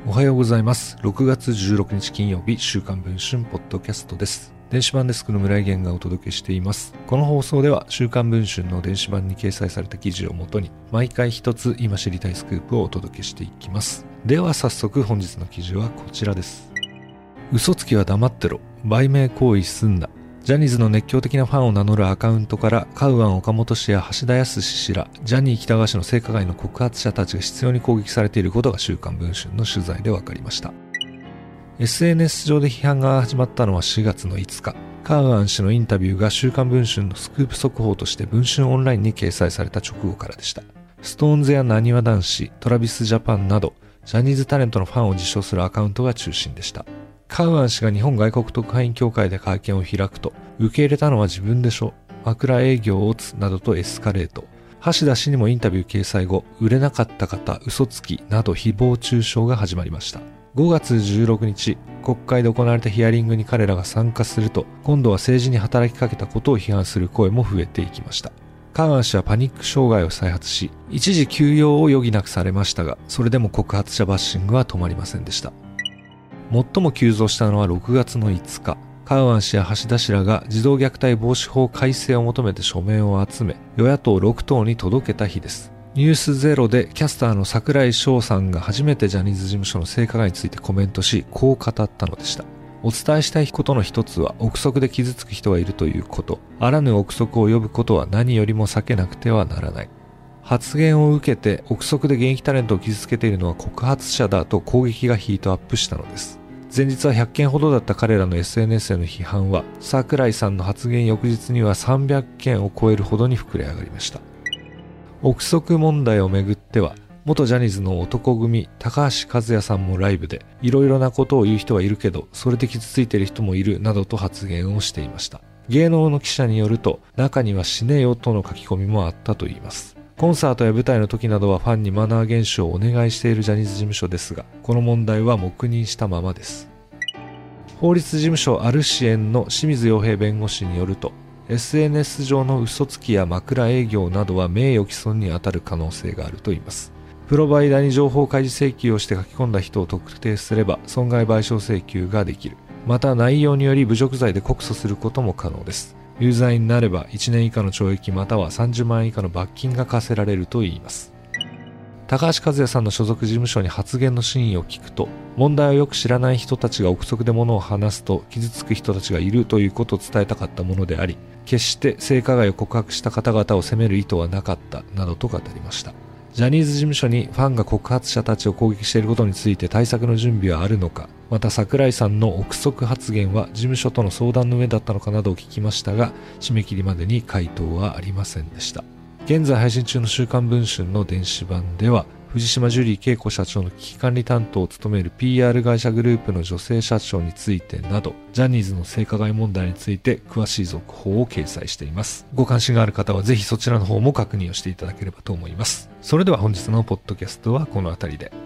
おはようございます。6月16日金曜日、週刊文春ポッドキャストです。電子版デスクの村井源がお届けしています。この放送では週刊文春の電子版に掲載された記事をもとに毎回一つ今知りたいスクープをお届けしていきます。では早速本日の記事はこちらです。嘘つきは黙ってろ、売名行為すんな。ジャニーズの熱狂的なファンを名乗るアカウントからカウアン岡本氏や橋田康氏らジャニー喜多川氏の性加害の告発者たちが執拗に攻撃されていることが週刊文春の取材で分かりました。SNS 上で批判が始まったのは4月の5日、カウアン氏のインタビューが週刊文春のスクープ速報として文春オンラインに掲載された直後からでした。ストーンズやなにわ男子、トラビスジャパンなどジャニーズタレントのファンを自称するアカウントが中心でした。カウアン氏が日本外国特派員協会で会見を開くと、受け入れたのは自分でしょ、枕営業を打つなどとエスカレート。橋田氏にもインタビュー掲載後、売れなかった方、嘘つきなど誹謗中傷が始まりました。5月16日、国会で行われたヒアリングに彼らが参加すると、今度は政治に働きかけたことを批判する声も増えていきました。カウアン氏はパニック障害を再発し、一時休養を余儀なくされましたが、それでも告発者バッシングは止まりませんでした。最も急増したのは6月の5日、カウアン氏や橋田氏らが児童虐待防止法改正を求めて署名を集め、与野党6党に届けた日です。ニュースゼロでキャスターの櫻井翔さんが初めてジャニーズ事務所の性加害についてコメントし、こう語ったのでした。お伝えしたいことの一つは、憶測で傷つく人がいるということ。あらぬ憶測を呼ぶことは何よりも避けなくてはならない。発言を受けて憶測で現役タレントを傷つけているのは告発者だと攻撃がヒートアップしたのです。前日は100件ほどだった彼らの SNS への批判は、櫻井さんの発言翌日には300件を超えるほどに膨れ上がりました。憶測問題をめぐっては、元ジャニーズの男組高橋和也さんもライブで、いろいろなことを言う人はいるけど、それで傷ついている人もいるなどと発言をしていました。芸能の記者によると、中には死ねよとの書き込みもあったといいます。コンサートや舞台の時などはファンにマナー厳守をお願いしているジャニーズ事務所ですが、この問題は黙認したままです。法律事務所ある支援の清水洋平弁護士によると、SNS 上の嘘つきや枕営業などは名誉毀損に当たる可能性があるといいます。プロバイダーに情報開示請求をして書き込んだ人を特定すれば損害賠償請求ができる。また内容により侮辱罪で告訴することも可能です。有罪になれば1年以下の懲役または30万円以下の罰金が課せられるといいます。高橋和也さんの所属事務所に発言の真意を聞くと、問題をよく知らない人たちが憶測で物を話すと傷つく人たちがいるということを伝えたかったものであり、決して性加害を告白した方々を責める意図はなかったなどと語りました。ジャニーズ事務所にファンが告発者たちを攻撃していることについて対策の準備はあるのか、また櫻井さんの憶測発言は事務所との相談の上だったのかなどを聞きましたが、締め切りまでに回答はありませんでした。現在配信中の週刊文春の電子版では、藤島ジュリー景子社長の危機管理担当を務める PR 会社グループの女性社長についてなど、ジャニーズの性加害問題について詳しい続報を掲載しています。ご関心がある方はぜひそちらの方も確認をしていただければと思います。それでは本日のポッドキャストはこの辺りで。